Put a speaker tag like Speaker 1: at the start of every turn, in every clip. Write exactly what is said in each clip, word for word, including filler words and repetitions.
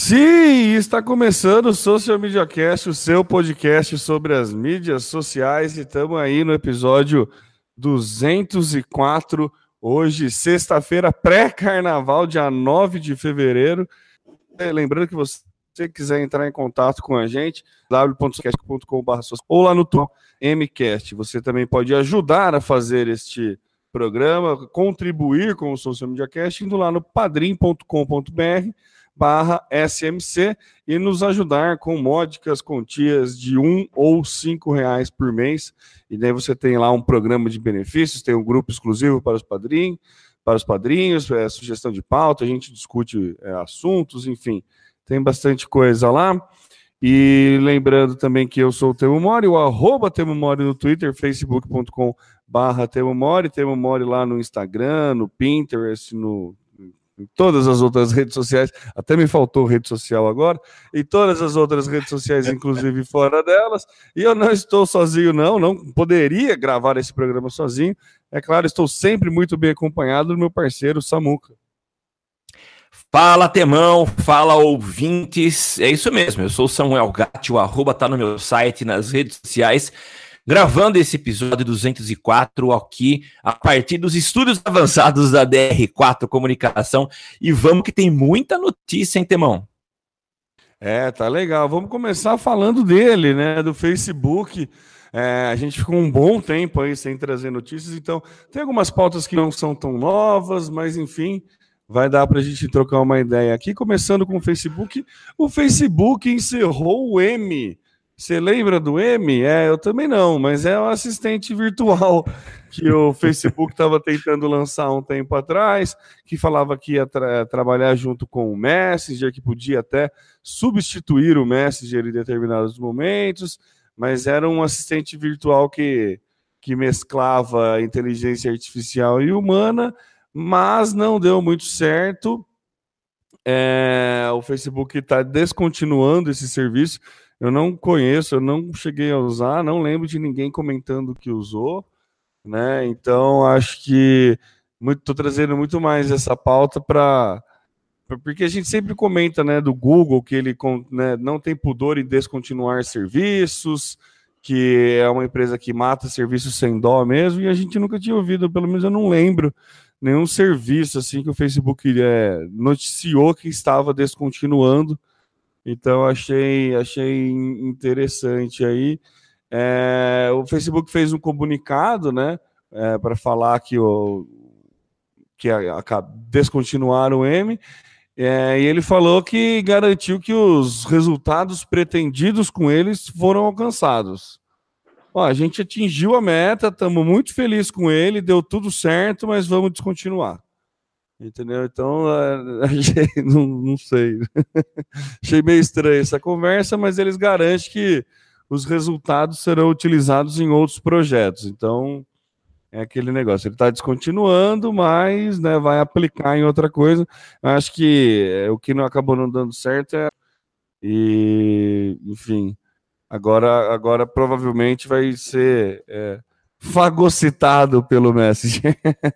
Speaker 1: Sim, está começando o Social Media Cast, o seu podcast sobre as mídias sociais, e estamos aí no episódio duzentos e quatro, hoje, sexta-feira, pré-carnaval, dia nove de fevereiro. Lembrando que você quiser entrar em contato com a gente, w w w ponto social ponto com ponto b r ou lá no Twitter, Mcast. Você também pode ajudar a fazer este programa, contribuir com o Social Media Cast, indo lá no padrim ponto com ponto b r barra S M C e nos ajudar com módicas quantias de um ou cinco reais por mês. E daí você tem lá um programa de benefícios, tem um grupo exclusivo para os padrinhos, para os padrinhos, é, sugestão de pauta, a gente discute é, assuntos, enfim, tem bastante coisa lá. E lembrando também que eu sou o Temo Mori, o arroba Temo Mori no Twitter, facebook ponto com barra Temo Mori, Temo Mori lá no Instagram, no Pinterest, no em todas as outras redes sociais, até me faltou rede social agora, e todas as outras redes sociais, inclusive fora delas, e eu não estou sozinho não, não poderia gravar esse programa sozinho, é claro, estou sempre muito bem acompanhado do meu parceiro Samuca.
Speaker 2: Fala, Temão, fala, ouvintes, é isso mesmo, eu sou o Samuel Gatti, o arroba tá no meu site, nas redes sociais, gravando esse episódio duzentos e quatro aqui, a partir dos estúdios avançados da D R quatro Comunicação. E vamos que tem muita notícia, hein, Temão?
Speaker 1: É, tá legal. Vamos começar falando dele, né, do Facebook. É, a gente ficou um bom tempo aí sem trazer notícias, então tem algumas pautas que não são tão novas, mas enfim, vai dar pra gente trocar uma ideia aqui. Começando com o Facebook. O Facebook encerrou o M. Você lembra do M? É, eu também não, mas é o assistente virtual que o Facebook estava tentando lançar um tempo atrás, que falava que ia tra- trabalhar junto com o Messenger, que podia até substituir o Messenger em determinados momentos, mas era um assistente virtual que, que mesclava a inteligência artificial e humana, mas não deu muito certo. É, o Facebook está descontinuando esse serviço. Eu não conheço, eu não cheguei a usar, não lembro de ninguém comentando que usou, né? Então acho que estou trazendo muito mais essa pauta para porque a gente sempre comenta, né, do Google que ele, né, não tem pudor em descontinuar serviços, que é uma empresa que mata serviços sem dó mesmo, e a gente nunca tinha ouvido, pelo menos eu não lembro nenhum serviço assim que o Facebook é, noticiou que estava descontinuando. Então achei, achei interessante aí. É, o Facebook fez um comunicado, né, é, para falar que, o, que a, a, descontinuaram o M, é, e ele falou que garantiu que os resultados pretendidos com eles foram alcançados. Ó, a gente atingiu a meta, estamos muito felizes com ele, deu tudo certo, mas vamos descontinuar. Entendeu? Então, achei, não, não sei. Achei meio estranha essa conversa, mas eles garantem que os resultados serão utilizados em outros projetos. Então, é aquele negócio. Ele está descontinuando, mas né, vai aplicar em outra coisa. Acho que é, o que não acabou não dando certo é. E, enfim, agora, agora provavelmente vai ser é, fagocitado pelo Messenger.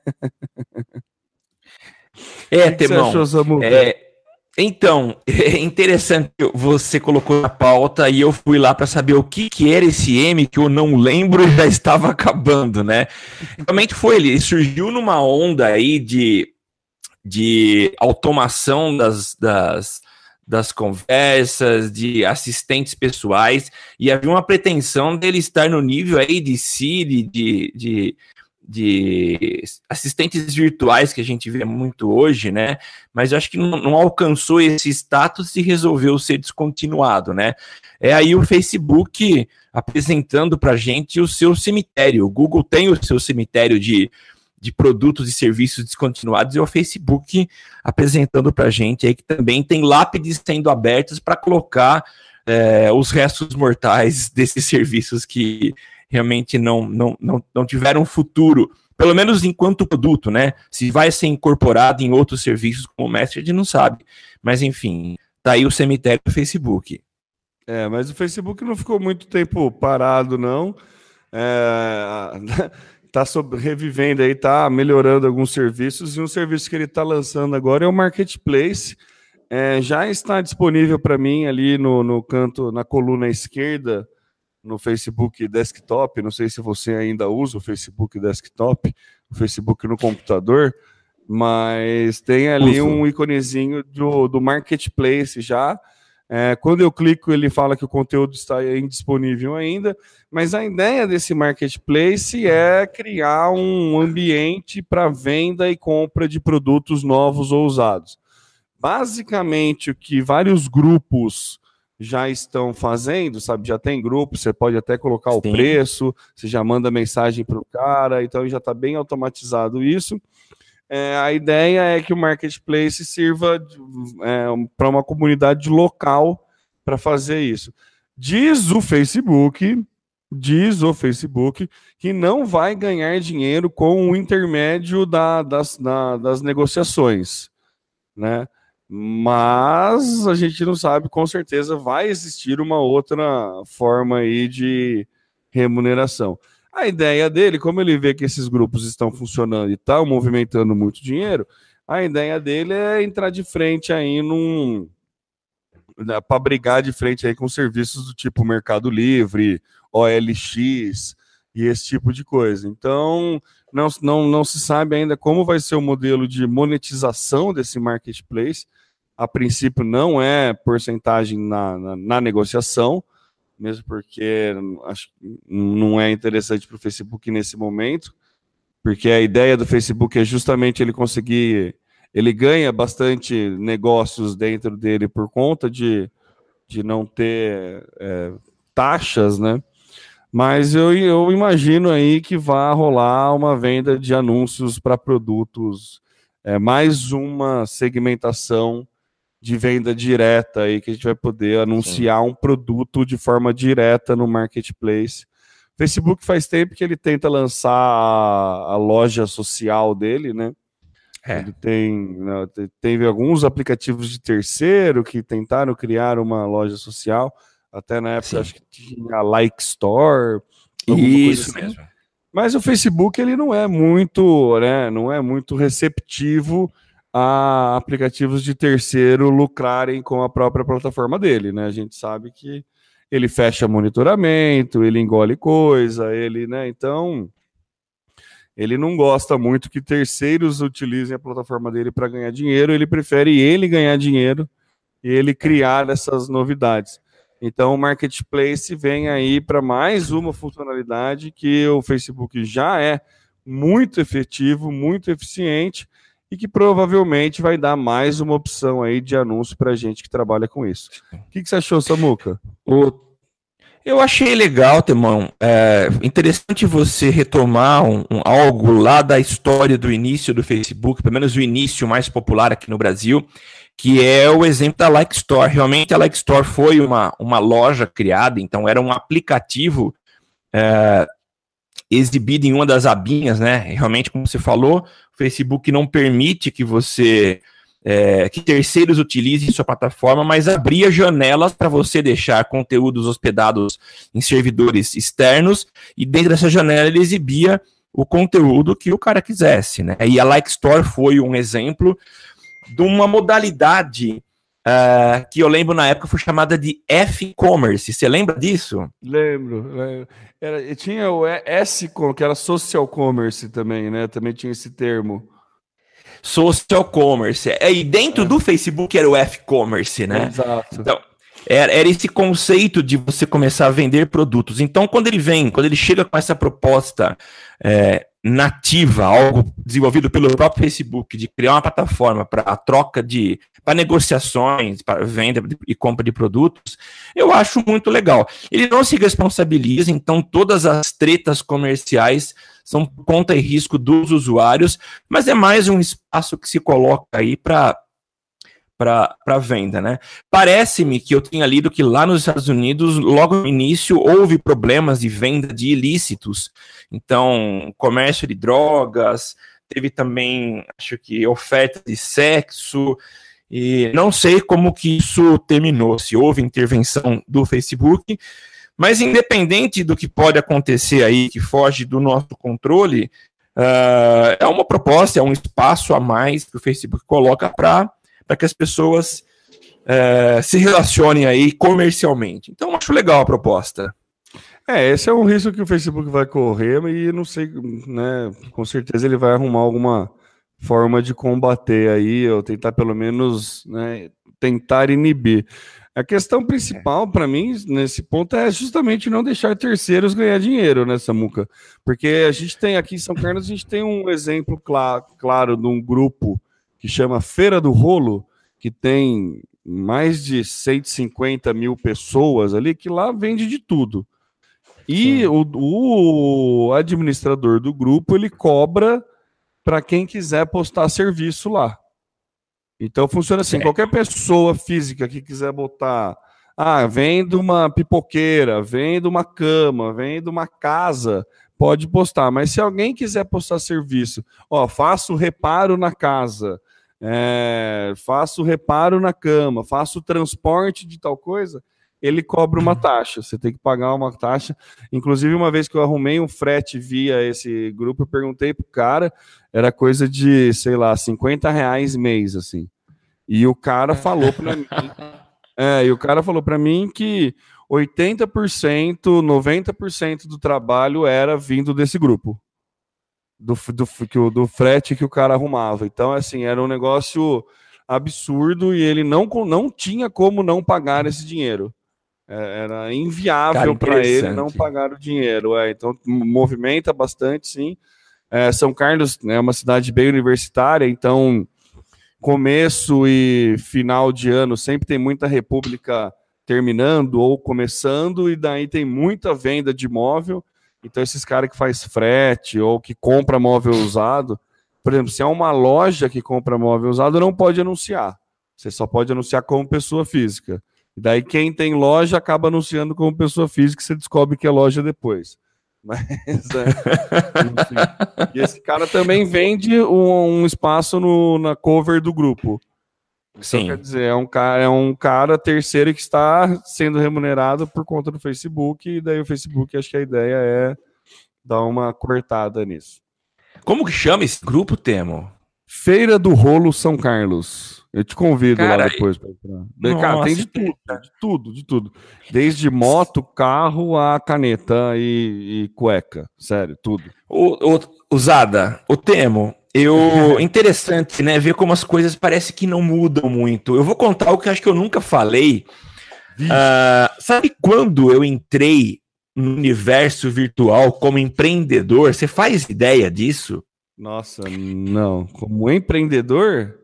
Speaker 2: É, que Temão, que você achou, é, então, é interessante, você colocou na pauta e eu fui lá para saber o que, que era esse M, que eu não lembro e já estava acabando, né? Realmente foi, ele surgiu numa onda aí de, de automação das, das, das conversas, de assistentes pessoais, e havia uma pretensão dele estar no nível aí de Siri, de... de de assistentes virtuais que a gente vê muito hoje, né, mas eu acho que não, não alcançou esse status e resolveu ser descontinuado, né. É aí o Facebook apresentando para a gente o seu cemitério. O Google tem o seu cemitério de, de produtos e serviços descontinuados, e o Facebook apresentando para a gente aí que também tem lápides sendo abertas para colocar é, os restos mortais desses serviços que realmente não, não, não, não tiveram futuro, pelo menos enquanto produto, né? Se vai ser incorporado em outros serviços como o Messenger, a gente não sabe. Mas, enfim, tá aí o cemitério do Facebook.
Speaker 1: É, mas o Facebook não ficou muito tempo parado, não. É, tá sobre, revivendo aí, tá melhorando alguns serviços, e um serviço que ele tá lançando agora é o Marketplace. é, já está disponível para mim ali no, no canto, na coluna esquerda, no Facebook Desktop. Não sei se você ainda usa o Facebook Desktop, o Facebook no computador, mas tem ali Uso. um iconezinho do, do Marketplace já. É, quando eu clico, ele fala que o conteúdo está indisponível ainda, mas a ideia desse Marketplace é criar um ambiente para venda e compra de produtos novos ou usados. Basicamente, o que vários grupos já estão fazendo, sabe? Já tem grupo, você pode até colocar o Sim. preço, você já manda mensagem para o cara, então já está bem automatizado isso. É, a ideia é que o Marketplace sirva é, para uma comunidade local para fazer isso. Diz o Facebook, diz o Facebook que não vai ganhar dinheiro com o intermédio da, das, da, das negociações, né? Mas a gente não sabe, com certeza vai existir uma outra forma aí de remuneração. A ideia dele, como ele vê que esses grupos estão funcionando e estão movimentando muito dinheiro, a ideia dele é entrar de frente aí num... para brigar de frente aí com serviços do tipo Mercado Livre, O L X e esse tipo de coisa. Então, não, não, não se sabe ainda como vai ser o modelo de monetização desse marketplace. A princípio não é porcentagem na, na, na negociação, mesmo porque acho que não é interessante para o Facebook nesse momento, porque a ideia do Facebook é justamente ele conseguir, ele ganha bastante negócios dentro dele por conta de, de não ter é, taxas, né? Mas eu, eu imagino aí que vai rolar uma venda de anúncios para produtos, é, mais uma segmentação de venda direta aí, que a gente vai poder anunciar Sim. um produto de forma direta no Marketplace. O Facebook faz tempo que ele tenta lançar a, a loja social dele, né? É. Ele tem, teve alguns aplicativos de terceiro que tentaram criar uma loja social, até na época Sim. acho que tinha a Like Store.
Speaker 2: Isso assim. mesmo.
Speaker 1: Mas o Facebook ele não é muito, né, não é muito receptivo a aplicativos de terceiro lucrarem com a própria plataforma dele, né? A gente sabe que ele fecha monitoramento, ele engole coisa, ele, né? Então, ele não gosta muito que terceiros utilizem a plataforma dele para ganhar dinheiro, ele prefere ele ganhar dinheiro e ele criar essas novidades. Então, o Marketplace vem aí para mais uma funcionalidade que o Facebook já é muito efetivo, muito eficiente, e que provavelmente vai dar mais uma opção aí de anúncio para a gente que trabalha com isso. O que, que você achou, Samuca?
Speaker 2: O... Eu achei legal, Temão. É interessante você retomar um, um, algo lá da história do início do Facebook, pelo menos o início mais popular aqui no Brasil, que é o exemplo da Like Store. Realmente a Like Store foi uma, uma loja criada, então era um aplicativo é, exibido em uma das abinhas, né? Realmente, como você falou, o Facebook não permite que você, é, que terceiros utilizem sua plataforma, mas abria janelas para você deixar conteúdos hospedados em servidores externos, e dentro dessa janela ele exibia o conteúdo que o cara quisesse, né? E a Like Store foi um exemplo de uma modalidade uh, que eu lembro na época foi chamada de F-commerce. Você lembra disso?
Speaker 1: Lembro. lembro. Era, tinha o S-com, que era social commerce também, né? Também tinha esse termo.
Speaker 2: Social commerce. E dentro é. do Facebook era o F-commerce, né?
Speaker 1: Exato.
Speaker 2: Então, era, era esse conceito de você começar a vender produtos. Então, quando ele vem, quando ele chega com essa proposta é, nativa, algo desenvolvido pelo próprio Facebook, de criar uma plataforma para a troca de, para negociações, para venda e compra de produtos, eu acho muito legal. Ele não se responsabiliza, então todas as tretas comerciais são por conta e risco dos usuários, mas é mais um espaço que se coloca aí para para venda, né? Parece-me que eu tinha lido que lá nos Estados Unidos, logo no início, houve problemas de venda de ilícitos. Então, comércio de drogas, teve também, acho que, oferta de sexo, e não sei como que isso terminou, se houve intervenção do Facebook, mas independente do que pode acontecer aí, que foge do nosso controle, uh, é uma proposta, é um espaço a mais que o Facebook coloca para para que as pessoas é, se relacionem aí comercialmente. Então, acho legal a proposta.
Speaker 1: É, esse é um risco que o Facebook vai correr e não sei, né? Com certeza ele vai arrumar alguma forma de combater aí, ou tentar pelo menos, né, tentar inibir. A questão principal para mim nesse ponto é justamente não deixar terceiros ganhar dinheiro, né, Samuca? Porque a gente tem aqui em São Carlos, a gente tem um exemplo clá- claro de um grupo que chama Feira do Rolo, que tem mais de cento e cinquenta mil pessoas ali, que lá vende de tudo. E o, o administrador do grupo, ele cobra para quem quiser postar serviço lá. Então funciona assim, certo. Qualquer pessoa física que quiser botar, ah, vende uma pipoqueira, vende uma cama, vende uma casa, pode postar. Mas se alguém quiser postar serviço, ó, faço reparo na casa, é, faço reparo na cama, faço transporte de tal coisa, ele cobra uma taxa, você tem que pagar uma taxa. Inclusive, uma vez que eu arrumei um frete via esse grupo, eu perguntei pro cara, era coisa de, sei lá, cinquenta reais mês, assim. E o cara falou para mim, é, e o cara falou para mim que oitenta por cento, noventa por cento do trabalho era vindo desse grupo, do, do, do frete que o cara arrumava. Então, assim, era um negócio absurdo e ele não, não tinha como não pagar esse dinheiro. Era inviável para ele não pagar o dinheiro. É, então, movimenta bastante, sim. É, São Carlos é uma cidade bem universitária, então começo e final de ano sempre tem muita república terminando ou começando, e daí tem muita venda de móvel. Então, esses caras que faz frete ou que compra móvel usado, por exemplo, se é uma loja que compra móvel usado, não pode anunciar. Você só pode anunciar como pessoa física. E daí quem tem loja acaba anunciando como pessoa física e você descobre que é loja depois. Mas, é, enfim. E esse cara também vende um, um espaço no, na cover do grupo. Então, sim. Quer dizer, é um, cara, é um cara terceiro que está sendo remunerado por conta do Facebook, e daí o Facebook, acho que a ideia é dar uma cortada nisso.
Speaker 2: Como que chama esse grupo, Temo?
Speaker 1: Feira do Rolo São Carlos. Eu te convido, cara, lá depois. Pra... Nossa, cara, tem de tudo, de tudo, de tudo. Desde moto, carro, a caneta e, e cueca. Sério, tudo.
Speaker 2: O, o, usada, o Temo, eu... interessante, né? Ver como as coisas parecem que não mudam muito. Eu vou contar o que acho que eu nunca falei. Uh, sabe quando eu entrei no universo virtual como empreendedor? Você faz ideia disso?
Speaker 1: Nossa, não. Como empreendedor?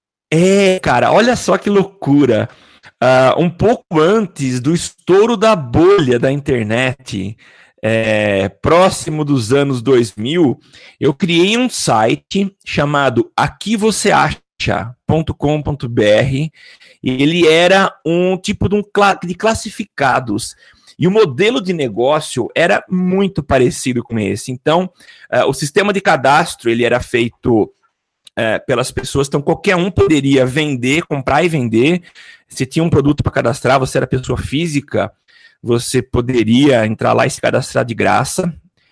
Speaker 2: É, cara, olha só que loucura. Uh, um pouco antes do estouro da bolha da internet, é, próximo dos anos dois mil, eu criei um site chamado aqui você acha ponto com ponto b r, e ele era um tipo de, um cla- de classificados. E o modelo de negócio era muito parecido com esse. Então, uh, o sistema de cadastro ele era feito uh, pelas pessoas. Então, qualquer um poderia vender, comprar e vender. Se tinha um produto para cadastrar, você era pessoa física, você poderia entrar lá e se cadastrar de graça.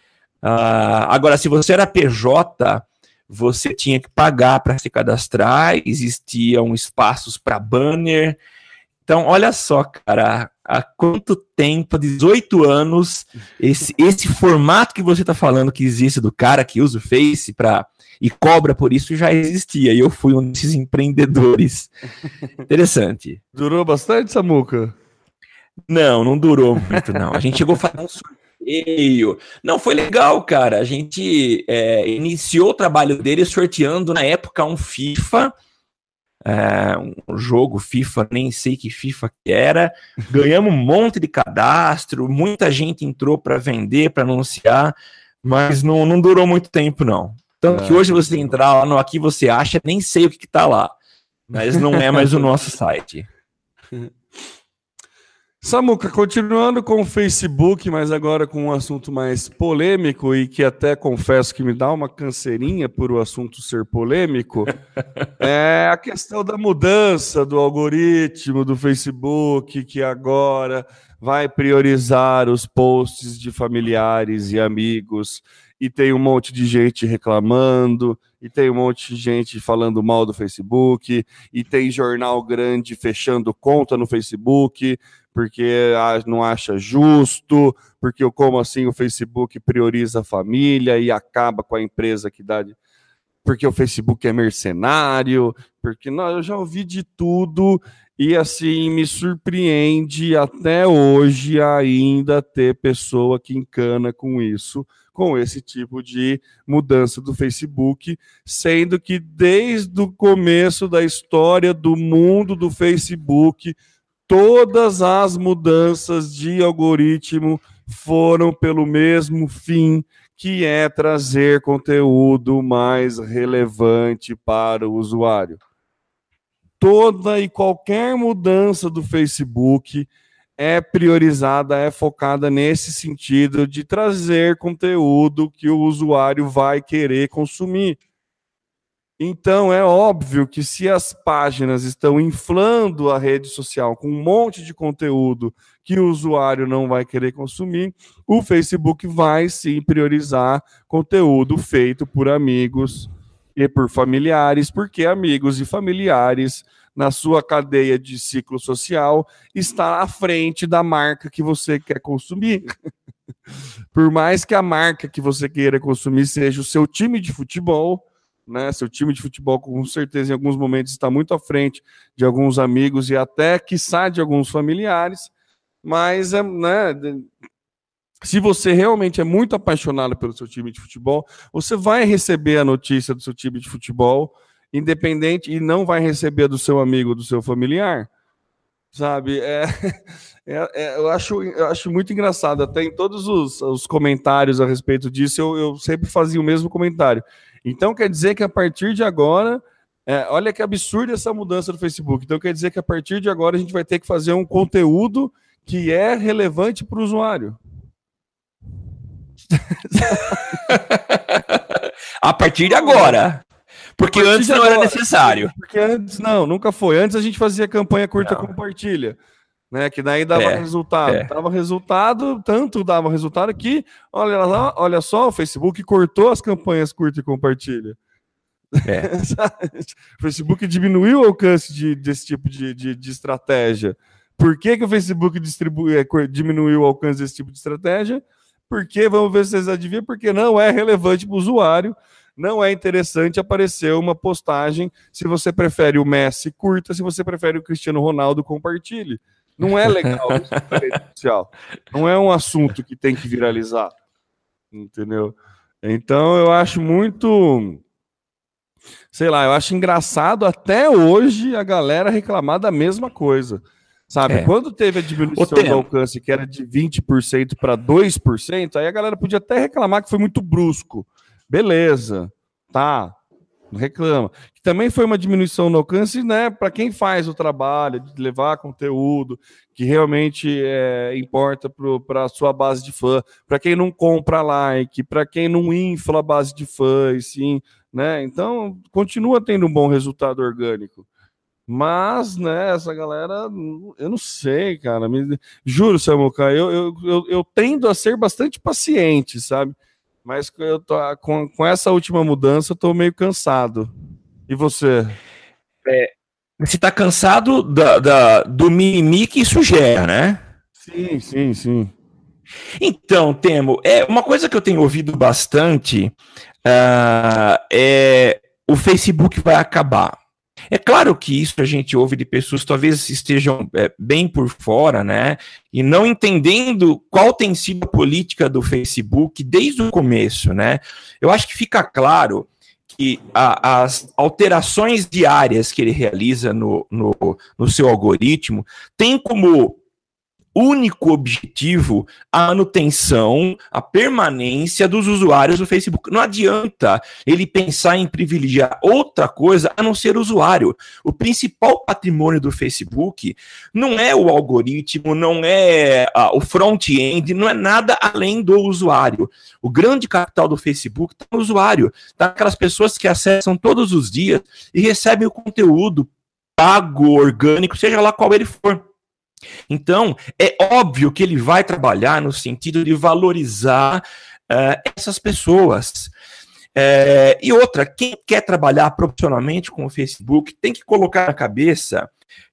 Speaker 2: Uh, agora, se você era P J, você tinha que pagar para se cadastrar. Existiam espaços para banner. Então, olha só, cara, há quanto tempo, dezoito anos, esse, esse formato que você está falando que existe do cara que usa o Face pra, e cobra por isso já existia, e eu fui um desses empreendedores. Interessante.
Speaker 1: Durou bastante, Samuca?
Speaker 2: Não, não durou muito, não. A gente chegou a fazer um sorteio. Não, foi legal, cara. A gente é, iniciou o trabalho dele sorteando, na época, um FIFA... É, um jogo FIFA, nem sei que FIFA que era, ganhamos um monte de cadastro, muita gente entrou para vender, para anunciar, mas não, não durou muito tempo não, tanto é, que hoje você entrar lá no Aqui Você Acha, nem sei o que, que tá lá, mas não é mais o nosso site.
Speaker 1: Samuca, continuando com o Facebook, mas agora com um assunto mais polêmico e que até confesso que me dá uma canseirinha por o assunto ser polêmico, é a questão da mudança do algoritmo do Facebook, que agora vai priorizar os posts de familiares e amigos, e tem um monte de gente reclamando, e tem um monte de gente falando mal do Facebook, e tem jornal grande fechando conta no Facebook, porque não acha justo, porque como assim o Facebook prioriza a família e acaba com a empresa que dá... De... Porque o Facebook é mercenário, porque não, eu já ouvi de tudo, e assim, me surpreende até hoje ainda ter pessoa que encana com isso, com esse tipo de mudança do Facebook, sendo que desde o começo da história do mundo do Facebook, todas as mudanças de algoritmo foram pelo mesmo fim, que é trazer conteúdo mais relevante para o usuário. Toda e qualquer mudança do Facebook é priorizada, é focada nesse sentido de trazer conteúdo que o usuário vai querer consumir. Então, é óbvio que se as páginas estão inflando a rede social com um monte de conteúdo que o usuário não vai querer consumir, o Facebook vai sim priorizar conteúdo feito por amigos e por familiares, porque amigos e familiares, na sua cadeia de ciclo social, está à frente da marca que você quer consumir. Por mais que a marca que você queira consumir seja o seu time de futebol, né, seu time de futebol com certeza em alguns momentos está muito à frente de alguns amigos e até quiçá de alguns familiares, mas é, né, se você realmente é muito apaixonado pelo seu time de futebol, você vai receber a notícia do seu time de futebol independente e não vai receber do seu amigo, do seu familiar, sabe? É, é, é, eu, acho, eu acho muito engraçado, até em todos os, os comentários a respeito disso eu, eu sempre fazia o mesmo comentário. Então quer dizer que a partir de agora, é, olha que absurda essa mudança do Facebook, então quer dizer que a partir de agora a gente vai ter que fazer um conteúdo que é relevante para o usuário.
Speaker 2: A partir de agora. Porque antes não agora, era necessário.
Speaker 1: Porque antes não, nunca foi. Antes a gente fazia campanha curta não. compartilha, né? Que daí dava é, resultado. É. Dava resultado, tanto dava resultado que, olha lá, olha só, o Facebook cortou as campanhas curta e compartilha.
Speaker 2: É.
Speaker 1: O Facebook diminuiu o alcance de, desse tipo de, de, de estratégia. Por que, que o Facebook distribui, diminuiu o alcance desse tipo de estratégia? Porque, vamos ver se vocês adivinham, porque não é relevante para o usuário, não é interessante aparecer uma postagem se você prefere o Messi, curta, se você prefere o Cristiano Ronaldo, compartilhe. Não é legal isso na rede social. Não é um assunto que tem que viralizar. Entendeu? Então, eu acho muito... Sei lá, eu acho engraçado até hoje a galera reclamar da mesma coisa. Sabe, é. Quando teve a diminuição do alcance, que era de vinte por cento para dois por cento, aí a galera podia até reclamar que foi muito brusco. Beleza, tá, não reclama. Que também foi uma diminuição no alcance, né, para quem faz o trabalho de levar conteúdo que realmente é, importa para a sua base de fã, para quem não compra like, para quem não infla a base de fãs, sim, né? Então, continua tendo um bom resultado orgânico. Mas, né, essa galera, eu não sei, cara. Me... Juro, Samuca, eu, eu, eu, eu tendo a ser bastante paciente, sabe? Mas eu tô, com, com essa última mudança, eu tô meio cansado. E você?
Speaker 2: É, você tá cansado da, da, do mimimi que isso gera, né?
Speaker 1: Sim, sim, sim.
Speaker 2: Então, Temo, é, uma coisa que eu tenho ouvido bastante uh, é o Facebook vai acabar. É claro que isso a gente ouve de pessoas que talvez estejam é, bem por fora, né? E não entendendo qual tem sido a política do Facebook desde o começo, né? Eu acho que fica claro que a, as alterações diárias que ele realiza no, no, no seu algoritmo tem como único objetivo a manutenção, a permanência dos usuários do Facebook. Não adianta ele pensar em privilegiar outra coisa a não ser o usuário. O principal patrimônio do Facebook não é o algoritmo, não é ah, o front-end, não é nada além do usuário. O grande capital do Facebook está no usuário, está naquelas pessoas que acessam todos os dias e recebem o conteúdo pago, orgânico, seja lá qual ele for. Então, é óbvio que ele vai trabalhar no sentido de valorizar uh, essas pessoas. É, e outra, quem quer trabalhar profissionalmente com o Facebook tem que colocar na cabeça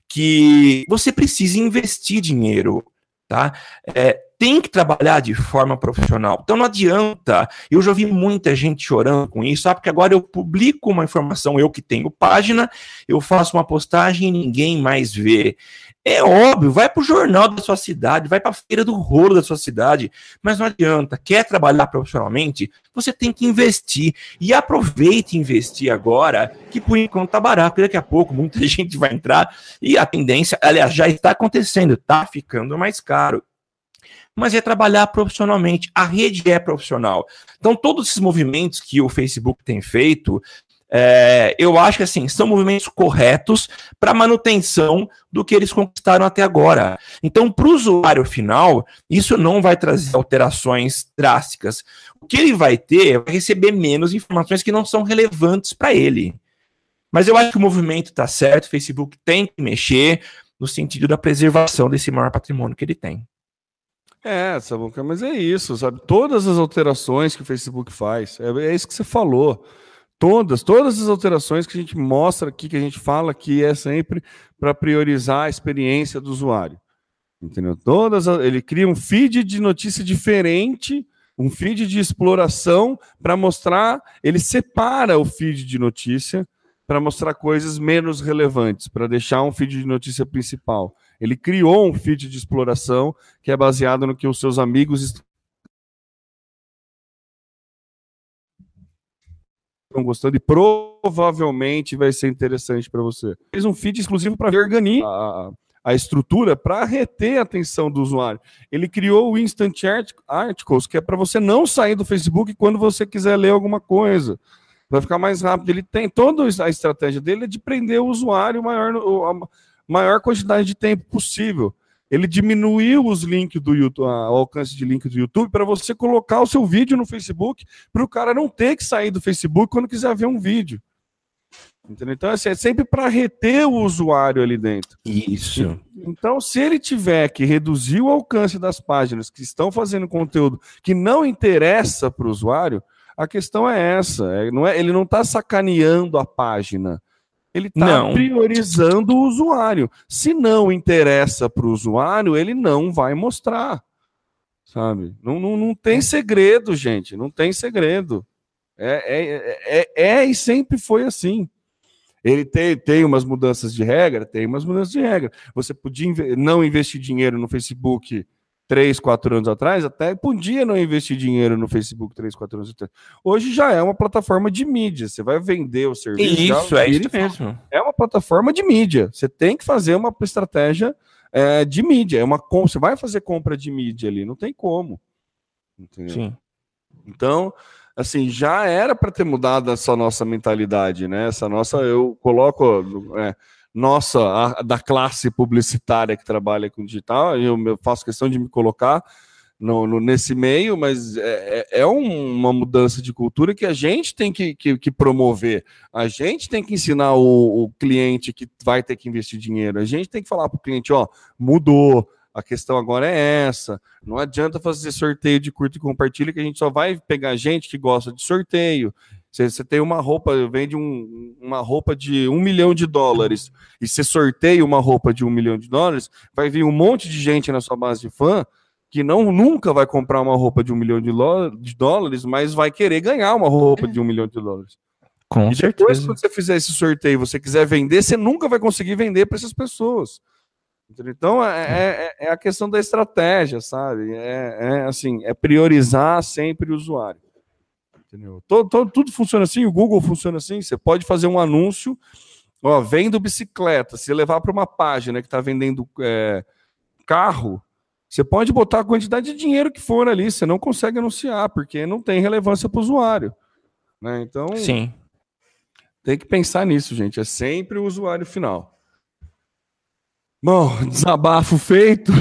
Speaker 2: que você precisa investir dinheiro, tá? É, tem que trabalhar de forma profissional. Então não adianta, eu já ouvi muita gente chorando com isso, sabe? Porque agora eu publico uma informação, eu que tenho página, eu faço uma postagem e ninguém mais vê. É óbvio, vai para o jornal da sua cidade, vai para a feira do rolo da sua cidade, mas não adianta. Quer trabalhar profissionalmente? Você tem que investir. E aproveite e investir agora, que por enquanto está barato, porque daqui a pouco muita gente vai entrar e a tendência, aliás, já está acontecendo, está ficando mais caro. Mas é trabalhar profissionalmente. A rede é profissional. Então, todos esses movimentos que o Facebook tem feito, É, eu acho que assim, são movimentos corretos para manutenção do que eles conquistaram até agora. Então, para o usuário final, isso não vai trazer alterações drásticas. O que ele vai ter é receber menos informações que não são relevantes para ele. Mas eu acho que o movimento está certo, o Facebook tem que mexer no sentido da preservação desse maior patrimônio que ele tem.
Speaker 1: É, Samuca, mas é isso, sabe? Todas as alterações que o Facebook faz, é, é isso que você falou. Todas, todas as alterações que a gente mostra aqui, que a gente fala aqui, é sempre para priorizar a experiência do usuário. Entendeu? Todas, ele cria um feed de notícia diferente, um feed de exploração para mostrar, ele separa o feed de notícia para mostrar coisas menos relevantes, para deixar um feed de notícia principal. Ele criou um feed de exploração que é baseado no que os seus amigos estão gostando e provavelmente vai ser interessante para você. Fez um feed exclusivo para organizar a, a estrutura para reter a atenção do usuário. Ele criou o Instant Articles, que é para você não sair do Facebook quando você quiser ler alguma coisa. Vai ficar mais rápido. Ele tem toda a estratégia dele é de prender o usuário maior, a maior quantidade de tempo possível. Ele diminuiu os links do YouTube, o alcance de link do YouTube, para você colocar o seu vídeo no Facebook, para o cara não ter que sair do Facebook quando quiser ver um vídeo. Entendeu? Então, assim, é sempre para reter o usuário ali dentro.
Speaker 2: Isso.
Speaker 1: Então, se ele tiver que reduzir o alcance das páginas que estão fazendo conteúdo que não interessa para o usuário, a questão é essa. É, não é, ele não está sacaneando a página. Ele está priorizando o usuário. Se não interessa para o usuário, ele não vai mostrar. Sabe? Não, não, não tem segredo, gente. Não tem segredo. É, é, é, é e sempre foi assim. Ele tem, tem umas mudanças de regra? Tem umas mudanças de regra. Você podia inv- não investir dinheiro no Facebook três, quatro anos atrás, até podia não investir dinheiro no Facebook três, quatro anos atrás. Hoje já é uma plataforma de mídia. Você vai vender o serviço.
Speaker 2: Isso, é isso mesmo.
Speaker 1: É uma plataforma de mídia. Você tem que fazer uma estratégia é, de mídia. É uma, você vai fazer compra de mídia ali, não tem como. Entendeu?
Speaker 2: Sim.
Speaker 1: Então, assim, já era para ter mudado essa nossa mentalidade, né? Essa nossa, eu coloco... É, nossa, a, da classe publicitária que trabalha com digital, eu, eu faço questão de me colocar no, no, nesse meio, mas é, é um, uma mudança de cultura que a gente tem que, que, que promover, a gente tem que ensinar o, o cliente que vai ter que investir dinheiro, a gente tem que falar para o cliente, ó, mudou, a questão agora é essa, não adianta fazer sorteio de curta e compartilha, que a gente só vai pegar gente que gosta de sorteio. Você tem uma roupa, vende um, uma roupa de um milhão de dólares e você sorteia uma roupa de um milhão de dólares, vai vir um monte de gente na sua base de fã que não, nunca vai comprar uma roupa de um milhão de, lo, de dólares, mas vai querer ganhar uma roupa de um milhão de dólares.
Speaker 2: Com
Speaker 1: e
Speaker 2: certeza.
Speaker 1: Depois, quando você fizer esse sorteio e você quiser vender, você nunca vai conseguir vender para essas pessoas. Então, é, é, é a questão da estratégia, sabe? É, é, assim, é priorizar sempre o usuário. Entendeu? Todo, todo, tudo funciona assim, o Google funciona assim. Você pode fazer um anúncio, ó, vendo bicicleta. Se levar para uma página que está vendendo é, carro, Você pode botar a quantidade de dinheiro que for ali, você não consegue anunciar, porque não tem relevância para o usuário. Né? Então,
Speaker 2: sim,
Speaker 1: tem que pensar nisso, gente. É sempre o usuário final. Bom, desabafo feito.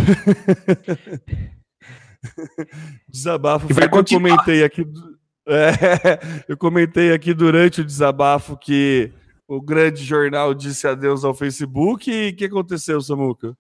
Speaker 1: Desabafo
Speaker 2: e vai
Speaker 1: feito. Eu
Speaker 2: continuar.
Speaker 1: comentei aqui, é, eu comentei aqui durante o desabafo que o grande jornal disse adeus ao Facebook. E o que aconteceu, Samuca?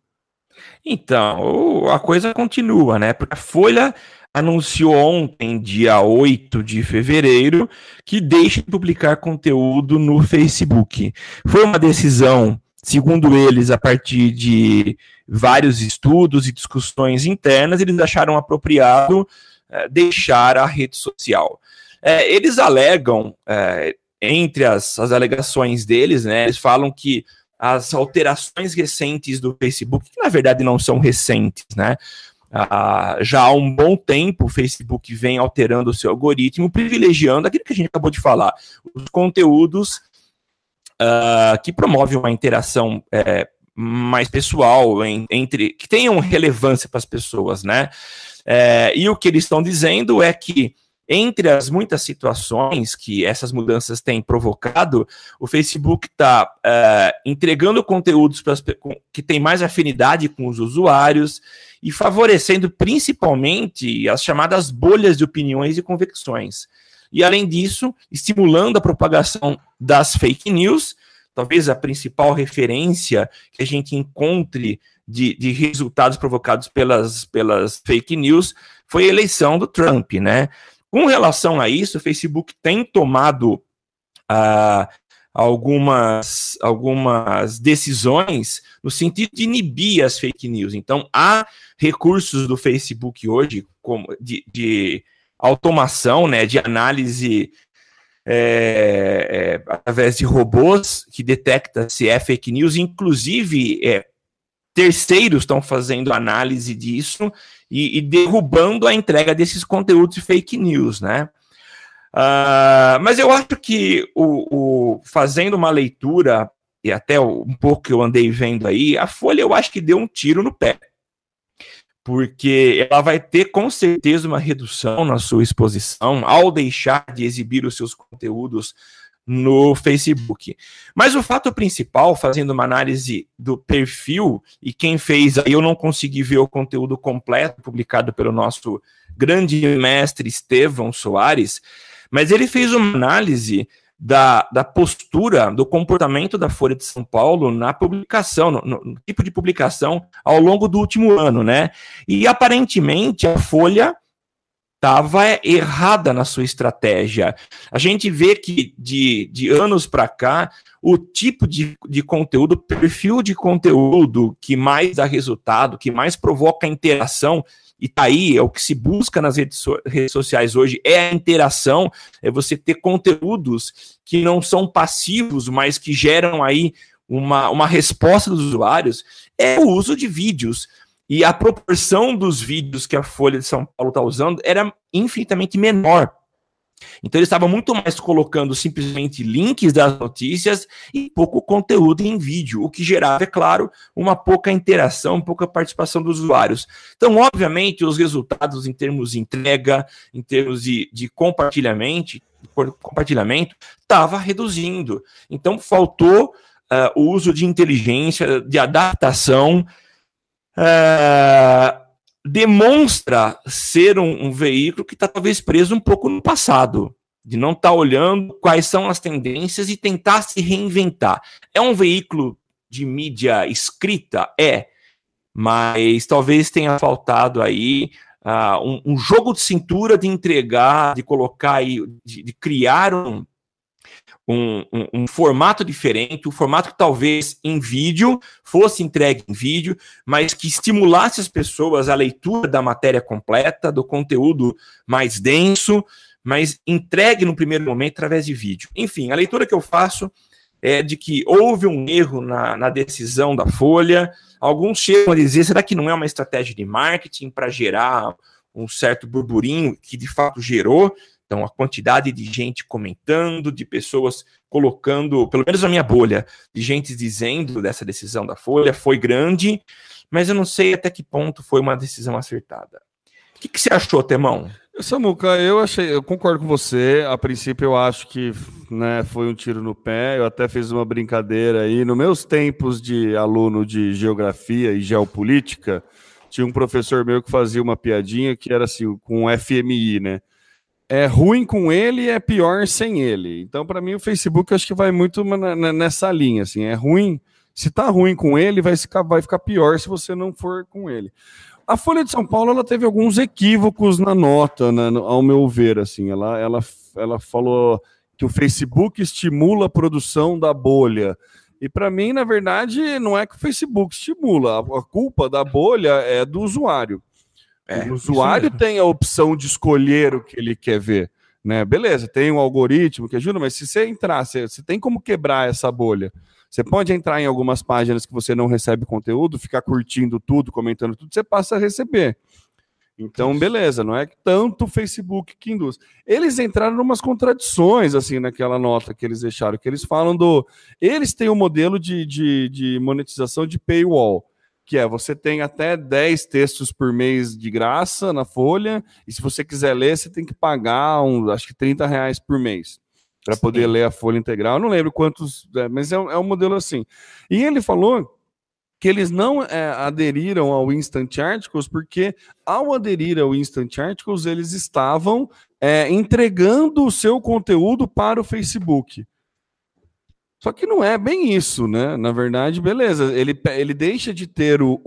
Speaker 2: Então, a coisa continua, né? Porque a Folha anunciou ontem, dia oito de fevereiro, que deixa de publicar conteúdo no Facebook. Foi uma decisão, segundo eles, a partir de vários estudos e discussões internas, eles acharam apropriado é, deixar a rede social. É, eles alegam, é, entre as, as alegações deles, né, eles falam que as alterações recentes do Facebook, que na verdade não são recentes, né? Ah, já há um bom tempo o Facebook vem alterando o seu algoritmo, privilegiando aquilo que a gente acabou de falar, os conteúdos uh, que promovem uma interação é, mais pessoal, em, entre, que tenham relevância para as pessoas, né? É, e o que eles estão dizendo é que entre as muitas situações que essas mudanças têm provocado, o Facebook está uh, entregando conteúdos pras, que têm mais afinidade com os usuários e favorecendo principalmente as chamadas bolhas de opiniões e convicções. E, além disso, estimulando a propagação das fake news, talvez a principal referência que a gente encontre de, de resultados provocados pelas, pelas fake news foi a eleição do Trump, né? Com relação a isso, o Facebook tem tomado uh, algumas, algumas decisões no sentido de inibir as fake news. Então, há recursos do Facebook hoje como de, de automação, né, de análise é, é, através de robôs que detecta se é fake news, inclusive é, terceiros estão fazendo análise disso e, e derrubando a entrega desses conteúdos de fake news, né? Uh, mas eu acho que o, o, fazendo uma leitura, e até um pouco que eu andei vendo aí, a Folha eu acho que deu um tiro no pé. Porque ela vai ter com certeza uma redução na sua exposição ao deixar de exibir os seus conteúdos no Facebook. Mas o fato principal, fazendo uma análise do perfil, e quem fez, aí eu não consegui ver o conteúdo completo publicado pelo nosso grande mestre Estevão Soares, mas ele fez uma análise da, da postura, do comportamento da Folha de São Paulo na publicação, no, no tipo de publicação ao longo do último ano, né? E aparentemente a Folha estava errada na sua estratégia. A gente vê que de, de anos para cá, o tipo de, de conteúdo, o perfil de conteúdo que mais dá resultado, que mais provoca interação, e tá aí, é o que se busca nas redes, so, redes sociais hoje, é a interação, é você ter conteúdos que não são passivos, mas que geram aí uma, uma resposta dos usuários, é o uso de vídeos. E a proporção dos vídeos que a Folha de São Paulo está usando era infinitamente menor. Então, eles estavam muito mais colocando simplesmente links das notícias e pouco conteúdo em vídeo, o que gerava, é claro, uma pouca interação, pouca participação dos usuários. Então, obviamente, os resultados em termos de entrega, em termos de, de compartilhamento, compartilhamento, estava reduzindo. Então, faltou uh, o uso de inteligência, de adaptação. Uh, demonstra ser um, um veículo que está talvez preso um pouco no passado, de não estar tá olhando quais são as tendências e tentar se reinventar. É um veículo de mídia escrita? É, mas talvez tenha faltado aí uh, um, um jogo de cintura de entregar, de colocar aí, de, de criar um Um, um, um formato diferente, um formato que talvez em vídeo, fosse entregue em vídeo, mas que estimulasse as pessoas à leitura da matéria completa, do conteúdo mais denso, mas entregue no primeiro momento através de vídeo. Enfim, a leitura que eu faço é de que houve um erro na, na decisão da Folha. Alguns chegam a dizer, será que não é uma estratégia de marketing para gerar um certo burburinho que de fato gerou? Então, a quantidade de gente comentando, de pessoas colocando, pelo menos na minha bolha, de gente dizendo dessa decisão da Folha foi grande, mas eu não sei até que ponto foi uma decisão acertada. O que, que você achou, Temão?
Speaker 1: Samuca, eu achei, eu concordo com você. A princípio, eu acho que, né, foi um tiro no pé. Eu até fiz uma brincadeira aí. Nos meus tempos de aluno de geografia e geopolítica, tinha um professor meu que fazia uma piadinha que era assim, com F M I, né? É ruim com ele e é pior sem ele. Então, para mim, o Facebook acho que vai muito nessa linha. Assim, é ruim. Se tá ruim com ele, vai ficar, vai ficar pior se você não for com ele. A Folha de São Paulo, ela teve alguns equívocos na nota, né, ao meu ver, assim, ela, ela, ela falou que o Facebook estimula a produção da bolha, e para mim, na verdade, não é que o Facebook estimula, a culpa da bolha é do usuário. É, o usuário tem a opção de escolher o que ele quer ver, né? Beleza, tem um algoritmo que ajuda, mas se você entrar, você, você tem como quebrar essa bolha. Você pode entrar em algumas páginas que você não recebe conteúdo, ficar curtindo tudo, comentando tudo, você passa a receber. Então, beleza, não é tanto o Facebook que induz. Eles entraram em umas contradições, assim, naquela nota que eles deixaram, que eles falam do... Eles têm um modelo de, de, de monetização de paywall, que é, você tem até dez textos por mês de graça na Folha, e se você quiser ler, você tem que pagar, um, acho que trinta reais por mês. Para poder ler a folha integral. Eu não lembro quantos, é, mas é, é um modelo assim. E ele falou que eles não é, aderiram ao Instant Articles, porque ao aderir ao Instant Articles, eles estavam é, entregando o seu conteúdo para o Facebook. Só que não é bem isso, né? Na verdade, beleza, ele, ele deixa de ter o,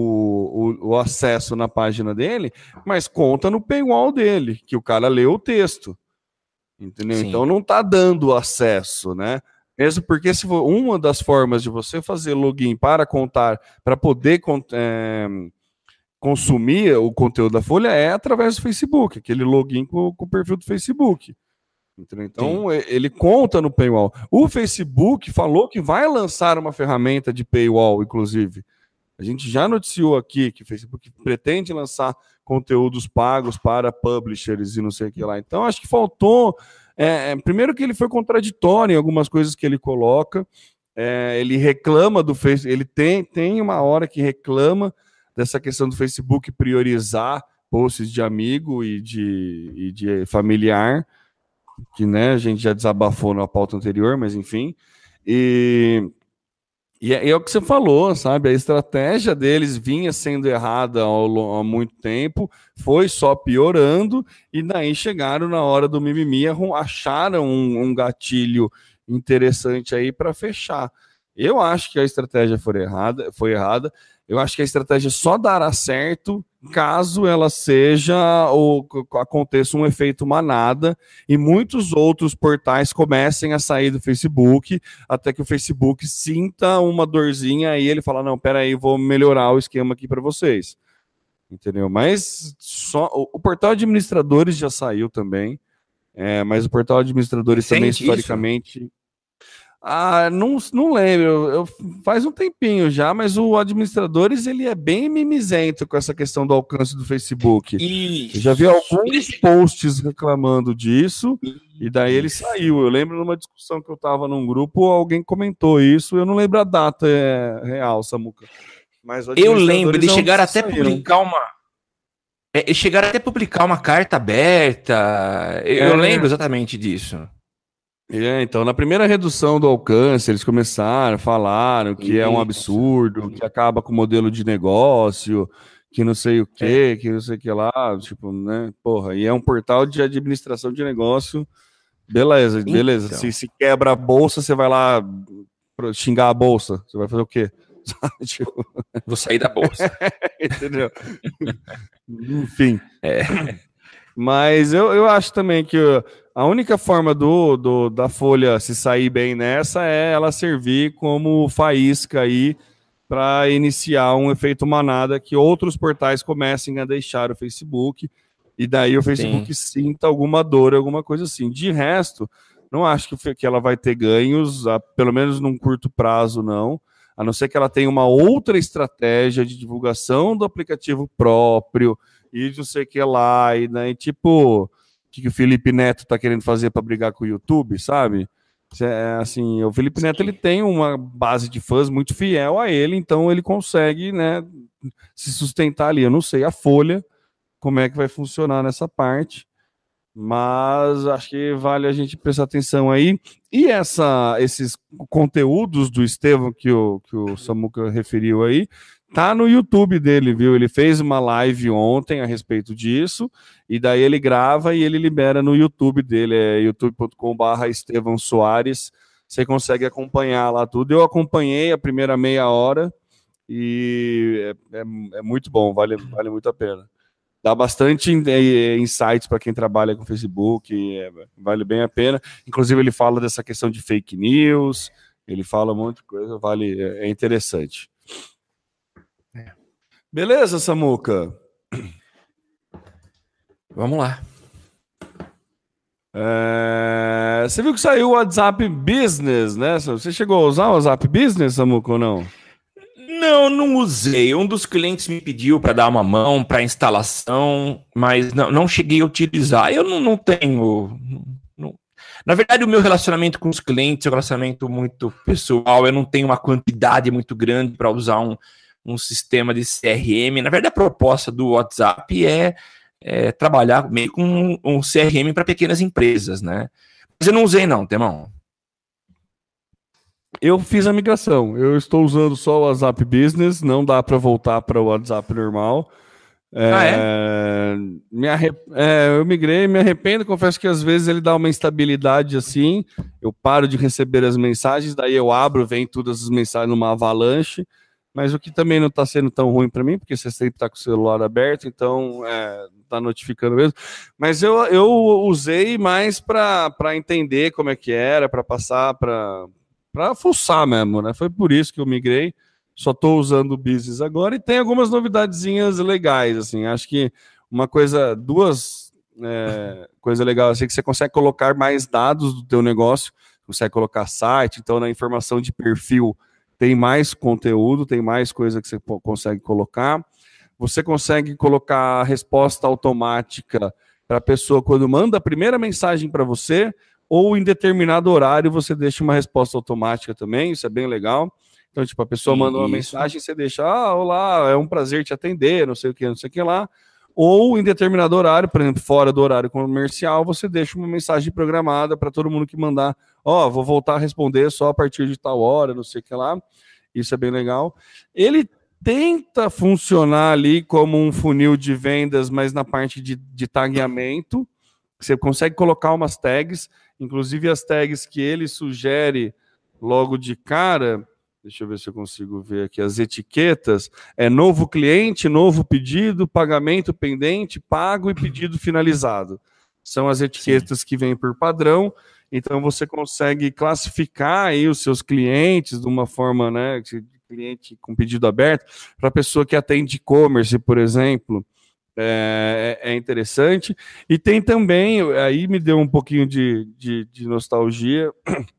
Speaker 1: o, o, o acesso na página dele, mas conta no paywall dele, que o cara leu o texto. Entendeu? Sim. Então não está dando acesso, né? Mesmo porque se for uma das formas de você fazer login para contar, para poder é, consumir o conteúdo da Folha é através do Facebook, aquele login com, com o perfil do Facebook. Entendeu? Então Sim. ele conta no paywall. O Facebook falou que vai lançar uma ferramenta de paywall, inclusive. A gente já noticiou aqui que o Facebook pretende lançar conteúdos pagos para publishers e não sei o que lá. Então, acho que faltou... É, primeiro que ele foi contraditório em algumas coisas que ele coloca. É, ele reclama do Facebook... Ele tem, tem uma hora que reclama dessa questão do Facebook priorizar posts de amigo e de, e de familiar, que, né, a gente já desabafou na pauta anterior, mas enfim. E... E é, é o que você falou, sabe? A estratégia deles vinha sendo errada há muito tempo, foi só piorando, e daí chegaram na hora do mimimi, acharam um, um gatilho interessante aí para fechar. Eu acho que a estratégia foi errada, foi errada. Eu acho que a estratégia só dará certo caso ela seja ou aconteça um efeito manada e muitos outros portais comecem a sair do Facebook até que o Facebook sinta uma dorzinha e ele fala, não, peraí, vou melhorar o esquema aqui para vocês. Entendeu? Mas só o, o portal administradores já saiu também, é, mas o portal administradores Sente também, historicamente... Isso? Ah, não, não lembro, eu, faz um tempinho já, mas o administradores ele é bem mimizento com essa questão do alcance do Facebook. Isso. Eu já vi alguns posts reclamando disso, isso. E daí ele saiu. Eu lembro numa discussão que eu estava num grupo, alguém comentou isso, eu não lembro a data é, real, Samuca. Mas
Speaker 2: eu lembro de chegar até publicar uma... É, chegaram até a publicar uma carta aberta, eu, é. eu lembro exatamente disso.
Speaker 1: É, então, na primeira redução do alcance, eles começaram, falaram que Isso. é um absurdo, que acaba com o modelo de negócio, que não sei o quê, é. que não sei o que lá, tipo, né, porra, e é um portal de administração de negócio, beleza, beleza, então. se, se quebra a bolsa, você vai lá xingar a bolsa, você vai fazer o quê?
Speaker 2: tipo... Vou sair da bolsa.
Speaker 1: Entendeu? Enfim. É. Mas eu, eu acho também que a única forma do, do, da Folha se sair bem nessa é ela servir como faísca aí para iniciar um efeito manada que outros portais comecem a deixar o Facebook e daí o Facebook Sim. sinta alguma dor, alguma coisa assim. De resto, não acho que, que ela vai ter ganhos, pelo menos num curto prazo, não. A não ser que ela tenha uma outra estratégia de divulgação do aplicativo próprio e não sei o que lá, e né, tipo, o que, que o Felipe Neto tá querendo fazer para brigar com o YouTube, sabe? É, assim, o Felipe Neto ele tem uma base de fãs muito fiel a ele, então ele consegue, né, se sustentar ali. Eu não sei a Folha como é que vai funcionar nessa parte, mas acho que vale a gente prestar atenção aí. E essa, esses conteúdos do Estevão que o, que o Samuca referiu aí, tá no YouTube dele, viu? Ele fez uma live ontem a respeito disso, e daí ele grava e ele libera no YouTube dele, é youtube ponto com barra Estevão Soares. Você consegue acompanhar lá tudo. Eu acompanhei a primeira meia hora e é, é, é muito bom, vale, vale muito a pena. Dá bastante insights para quem trabalha com Facebook, é, vale bem a pena. Inclusive ele fala dessa questão de fake news, ele fala um monte de coisa, vale, é interessante. Beleza, Samuca?
Speaker 2: Vamos lá.
Speaker 1: É... Você viu que saiu o WhatsApp Business, né? Você chegou a usar o WhatsApp Business, Samuca, ou não?
Speaker 2: Não, não usei. Um dos clientes me pediu para dar uma mão para instalação, mas não, não cheguei a utilizar. Eu não, não tenho... Não... Na verdade, o meu relacionamento com os clientes é um relacionamento muito pessoal. Eu não tenho uma quantidade muito grande para usar um, um sistema de C R M. Na verdade, a proposta do WhatsApp é, é trabalhar meio com um, um C R M para pequenas empresas, né? Mas eu não usei não, Temão.
Speaker 1: Eu fiz a migração. Eu estou usando só o WhatsApp Business. Não dá para voltar para o WhatsApp normal. É, ah, é? Me arrep... é, eu migrei, me arrependo. Confesso que às vezes ele dá uma instabilidade assim. Eu paro de receber as mensagens, daí eu abro, vem todas as mensagens numa avalanche. Mas o que também não está sendo tão ruim para mim, porque você sempre está com o celular aberto, então está notificando mesmo. Mas eu, eu usei mais para entender como é que era, para passar para. Para fuçar mesmo, né? Foi por isso que eu migrei. Só estou usando o Business agora e tem algumas novidadezinhas legais, assim. Acho que uma coisa, duas é, coisas legais, assim, que você consegue colocar mais dados do teu negócio, consegue colocar site, então na informação de perfil tem mais conteúdo, tem mais coisa que você consegue colocar. Você consegue colocar a resposta automática para a pessoa quando manda a primeira mensagem para você, ou em determinado horário você deixa uma resposta automática também, isso é bem legal. Então, tipo, a pessoa Sim, manda uma isso. mensagem, você deixa, ah, olá, é um prazer te atender, não sei o que, não sei o que lá. Ou em determinado horário, por exemplo, fora do horário comercial, você deixa uma mensagem programada para todo mundo que mandar, ó, oh, vou voltar a responder só a partir de tal hora, não sei o que lá. Isso é bem legal. Ele tenta funcionar ali como um funil de vendas, mas na parte de, de tagueamento. Você consegue colocar umas tags, inclusive as tags que ele sugere logo de cara, deixa eu ver se eu consigo ver aqui, as etiquetas, é novo cliente, novo pedido, pagamento pendente, pago e pedido finalizado. São as etiquetas Sim. que vêm por padrão, então você consegue classificar aí os seus clientes de uma forma, né, cliente com pedido aberto, para a pessoa que atende e-commerce, por exemplo, É, é interessante. E tem também, aí me deu um pouquinho de, de, de nostalgia,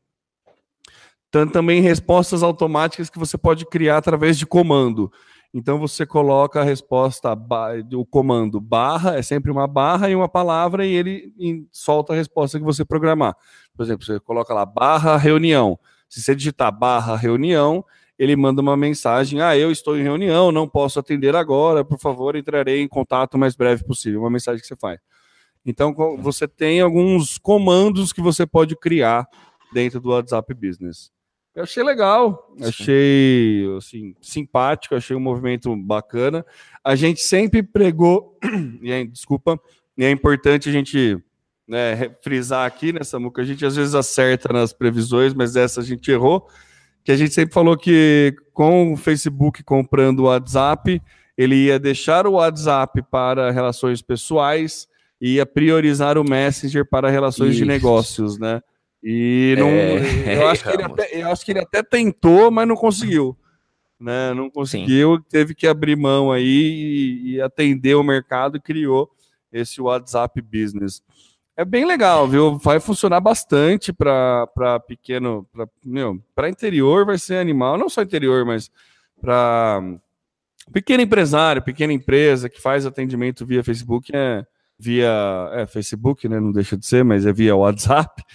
Speaker 1: tem também respostas automáticas que você pode criar através de comando. Então você coloca a resposta, o comando barra, é sempre uma barra e uma palavra, e ele solta a resposta que você programar. Por exemplo, você coloca lá barra reunião. Se você digitar barra reunião, ele manda uma mensagem, ah, eu estou em reunião, não posso atender agora, por favor, entrarei em contato o mais breve possível, uma mensagem que você faz. Então, você tem alguns comandos que você pode criar dentro do WhatsApp Business. Eu achei legal, Sim. achei assim, simpático, achei um movimento bacana. A gente sempre pregou, e é, desculpa, e é importante a gente né, frisar aqui, né, Samuca, a gente às vezes acerta nas previsões, mas essa a gente errou, que a gente sempre falou que com o Facebook comprando o WhatsApp, ele ia deixar o WhatsApp para relações pessoais e ia priorizar o Messenger para relações Isso. de negócios, né? E não, é, eu, acho que ele até, eu acho que ele até tentou, mas não conseguiu. Né? Não conseguiu, Sim. teve que abrir mão aí e, e atender o mercado e criou esse WhatsApp Business. É bem legal, viu? Vai funcionar bastante para pequeno, para interior vai ser animal, não só interior, mas para pequeno empresário, pequena empresa que faz atendimento via Facebook, é via é, Facebook, né? Não deixa de ser, mas é via WhatsApp.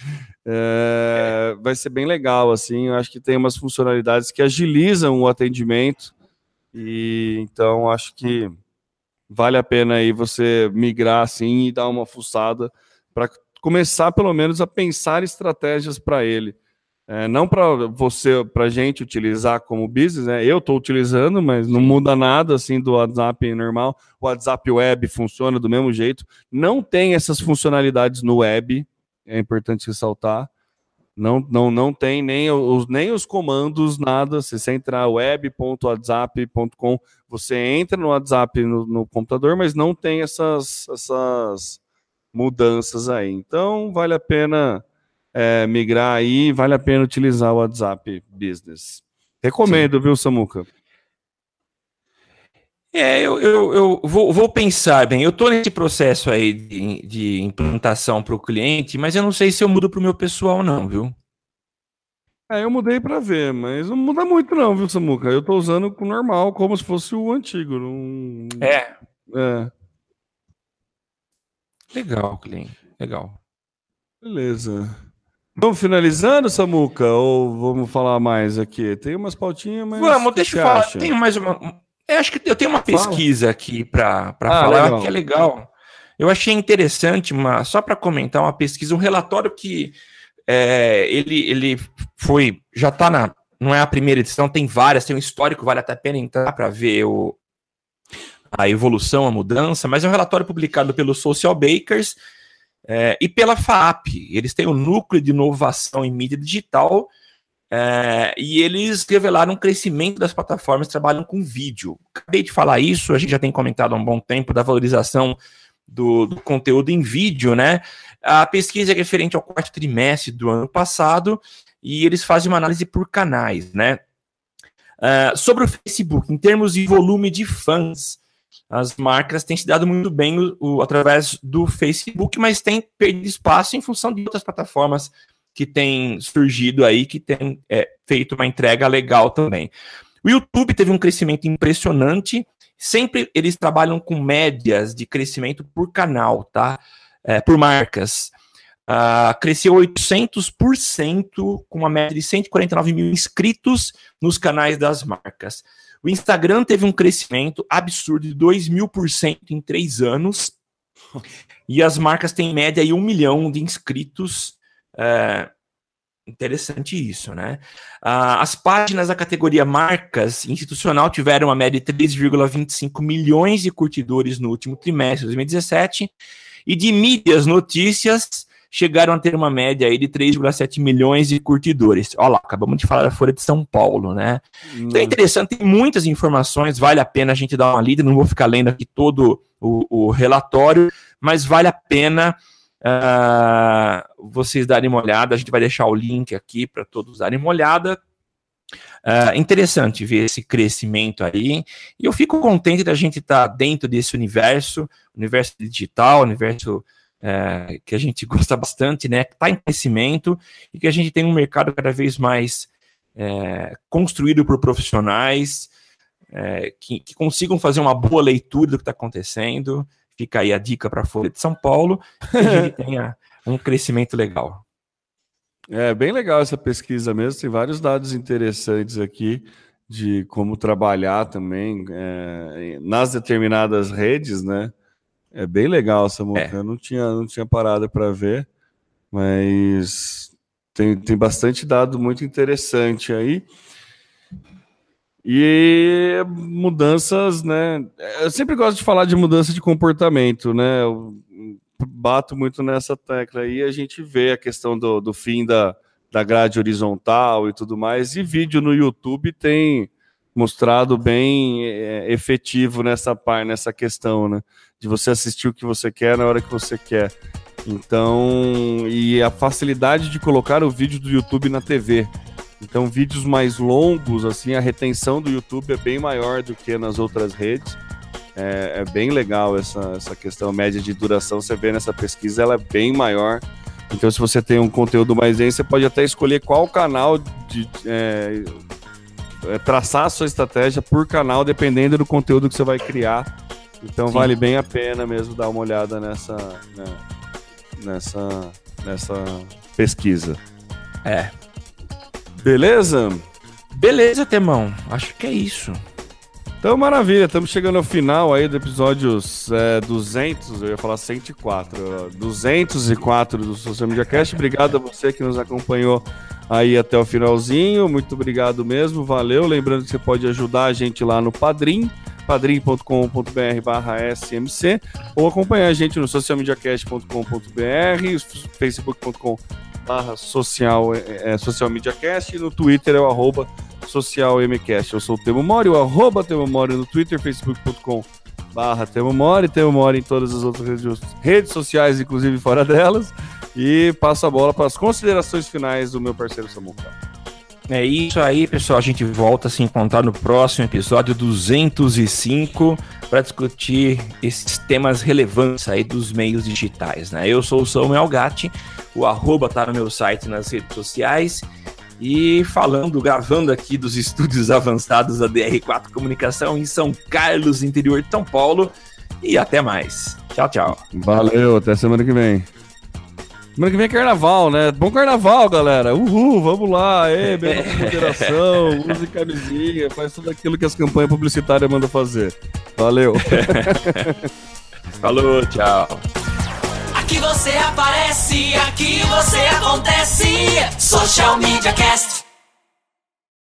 Speaker 1: É, vai ser bem legal, assim, eu acho que tem umas funcionalidades que agilizam o atendimento, e então acho que vale a pena aí você migrar assim e dar uma fuçada para começar pelo menos a pensar estratégias para ele. É, não para você, para a gente utilizar como business, né? Eu estou utilizando, mas não muda nada assim do WhatsApp normal. O WhatsApp Web funciona do mesmo jeito. Não tem essas funcionalidades no web, é importante ressaltar. Não, não, não tem nem os, nem os comandos, nada. Se você entrar web ponto whatsapp ponto com, você entra no WhatsApp no, no computador, mas não tem essas, essas mudanças aí. Então, vale a pena é, migrar aí, vale a pena utilizar o WhatsApp Business. Recomendo, Sim. viu, Samuca?
Speaker 2: É, eu, eu, eu vou, vou pensar bem. Eu estou nesse processo aí de, de implantação para o cliente, mas eu não sei se eu mudo para o meu pessoal, não, viu?
Speaker 1: É, eu mudei para ver, mas não muda muito, não, viu, Samuca? Eu estou usando o normal, como se fosse o antigo. Não...
Speaker 2: É.
Speaker 1: É.
Speaker 2: Legal, cliente. Legal.
Speaker 1: Beleza. Vamos finalizando, Samuca? Ou vamos falar mais aqui? Tem umas pautinhas, mas.
Speaker 2: Vamos, deixa eu falar. Acha? Tenho mais uma. Eu acho que eu tenho uma pesquisa Fala. aqui para ah, falar legal. que é legal. Eu achei interessante, uma, só para comentar, uma pesquisa, um relatório que é, ele, ele foi. Já está na. Não é a primeira edição, tem várias, tem um histórico, vale até a pena entrar para ver o, a evolução, a mudança, mas é um relatório publicado pelo Social Bakers é, e pela F A A P. Eles têm o Núcleo de Inovação em Mídia Digital. É, e eles revelaram um crescimento das plataformas que trabalham com vídeo. Acabei de falar isso, a gente já tem comentado há um bom tempo da valorização do, do conteúdo em vídeo, né? A pesquisa é referente ao quarto trimestre do ano passado e eles fazem uma análise por canais, né? Uh, sobre o Facebook, em termos de volume de fãs, as marcas têm se dado muito bem o, o, através do Facebook, mas têm perdido espaço em função de outras plataformas que tem surgido aí, que tem é, feito uma entrega legal também. O YouTube teve um crescimento impressionante, sempre eles trabalham com médias de crescimento por canal, tá? É, por marcas. Uh, cresceu oitocentos por cento, com uma média de cento e quarenta e nove mil inscritos nos canais das marcas. O Instagram teve um crescimento absurdo de dois mil por cento em três anos, e as marcas têm em média aí um milhão de inscritos. É interessante isso, né? Ah, as páginas da categoria marcas institucional tiveram uma média de três vírgula vinte e cinco milhões de curtidores no último trimestre de dois mil e dezessete, e de mídias notícias chegaram a ter uma média aí de três vírgula sete milhões de curtidores. Olha lá, acabamos de falar da Folha de São Paulo, né? Hum. Então é interessante, tem muitas informações, vale a pena a gente dar uma lida, não vou ficar lendo aqui todo o, o relatório, mas vale a pena Uh, vocês darem uma olhada, a gente vai deixar o link aqui para todos darem uma olhada. Uh, interessante ver esse crescimento aí, e eu fico contente da gente estar tá dentro desse universo, universo digital, universo uh, que a gente gosta bastante, né, que está em crescimento, e que a gente tem um mercado cada vez mais uh, construído por profissionais uh, que, que consigam fazer uma boa leitura do que está acontecendo. Fica aí a dica para a Folha de São Paulo, que a gente tenha um crescimento legal.
Speaker 1: É bem legal essa pesquisa mesmo, tem vários dados interessantes aqui de como trabalhar também é, nas determinadas redes, né? É bem legal essa moca, é. eu não tinha, não tinha parado para ver, mas tem, tem bastante dado muito interessante aí. E mudanças, né? Eu sempre gosto de falar de mudança de comportamento, né? Eu bato muito nessa tecla aí. A gente vê a questão do, do fim da, da grade horizontal e tudo mais. E vídeo no YouTube tem mostrado bem é, efetivo nessa parte, nessa questão, né? De você assistir o que você quer na hora que você quer. Então, e a facilidade de colocar o vídeo do YouTube na T V. Então, vídeos mais longos, assim, a retenção do YouTube é bem maior do que nas outras redes. É, é bem legal essa, essa questão, a média de duração, você vê nessa pesquisa, ela é bem maior. Então, se você tem um conteúdo mais denso, você pode até escolher qual canal, de, é, é, traçar a sua estratégia por canal, dependendo do conteúdo que você vai criar. Então, Sim. vale bem a pena mesmo dar uma olhada nessa, né, nessa, nessa pesquisa.
Speaker 2: É.
Speaker 1: Beleza?
Speaker 2: Beleza, Temão. Acho que é isso.
Speaker 1: Então, maravilha. Estamos chegando ao final aí do episódio é, duzentos, eu ia falar cento e quatro, duzentos e quatro do Social Media Cast. Obrigado a você que nos acompanhou aí até o finalzinho. Muito obrigado mesmo, valeu. Lembrando que você pode ajudar a gente lá no Padrim, padrim ponto com ponto b r barra S M C, ou acompanhar a gente no social media cast ponto com ponto b r, facebook ponto com barra social, é, social media cast, e no Twitter é o arroba socialmcast. Eu sou o Temo Mori, o arroba Temo Mori no Twitter, facebook ponto com barra Temo Mori, Temo Mori em todas as outras redes, redes sociais, inclusive fora delas, e passo a bola para as considerações finais do meu parceiro Samuca.
Speaker 2: É isso aí, pessoal. A gente volta a se encontrar no próximo episódio duzentos e cinco para discutir esses temas relevantes aí dos meios digitais, né? Eu sou o Samuel Gatti, o arroba tá no meu site nas redes sociais, e falando, gravando aqui dos estúdios avançados da D R quatro Comunicação em São Carlos, interior de São Paulo, e até mais. Tchau, tchau.
Speaker 1: Valeu, até semana que vem. Semana que vem é carnaval, né? Bom carnaval, galera. Uhul, vamos lá. Ê, beba com moderação, use camisinha, faz tudo aquilo que as campanhas publicitárias mandam fazer. Valeu.
Speaker 2: Falou, tchau.
Speaker 3: Aqui você aparece, aqui você acontece. Social Media Cast.